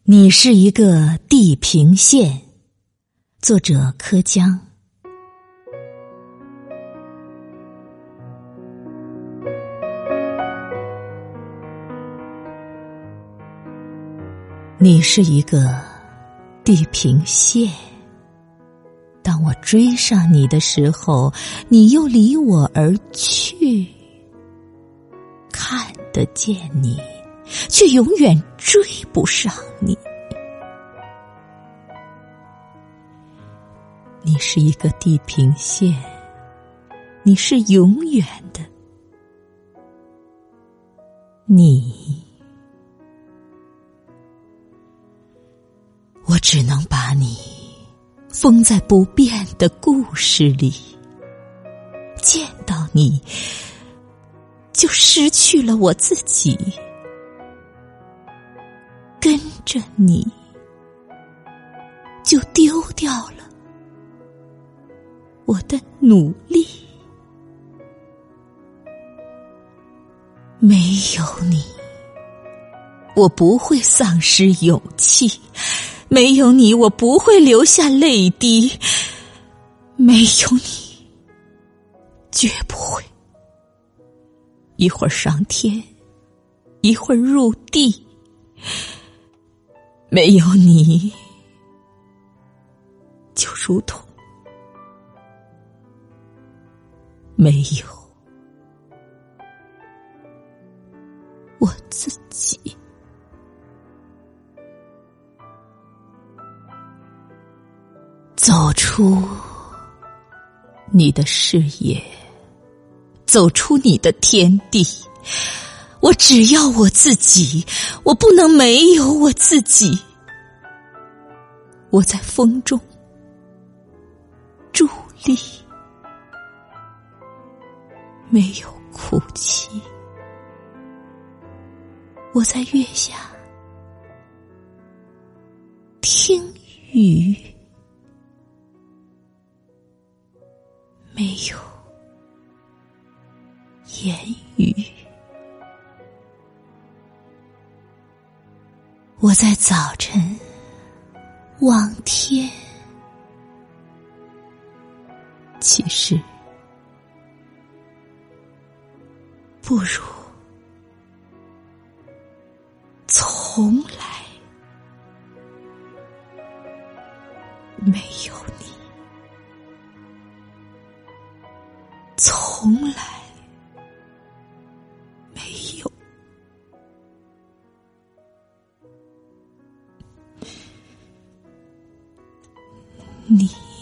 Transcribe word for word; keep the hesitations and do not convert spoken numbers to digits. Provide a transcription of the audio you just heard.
你是一个地平线，作者柯江。你是一个地平线，当我追上你的时候，你又离我而去，看得见你，却永远追不上你。你是一个地平线，你是永远的，你，我只能把你封在不变的故事里，见到你就失去了我自己，跟着你就丢掉了我的努力。没有你，我不会丧失勇气，没有你，我不会流下泪滴，没有你，绝不会一会儿上天，一会儿入地，没有你，就如同没有我自己。走出你的视野，走出你的天地，我只要我自己，我不能没有我自己。我在风中伫立，没有哭泣。我在月下听雨，没有言语。我在早晨望天，其实不如从来没有你，从来没有你。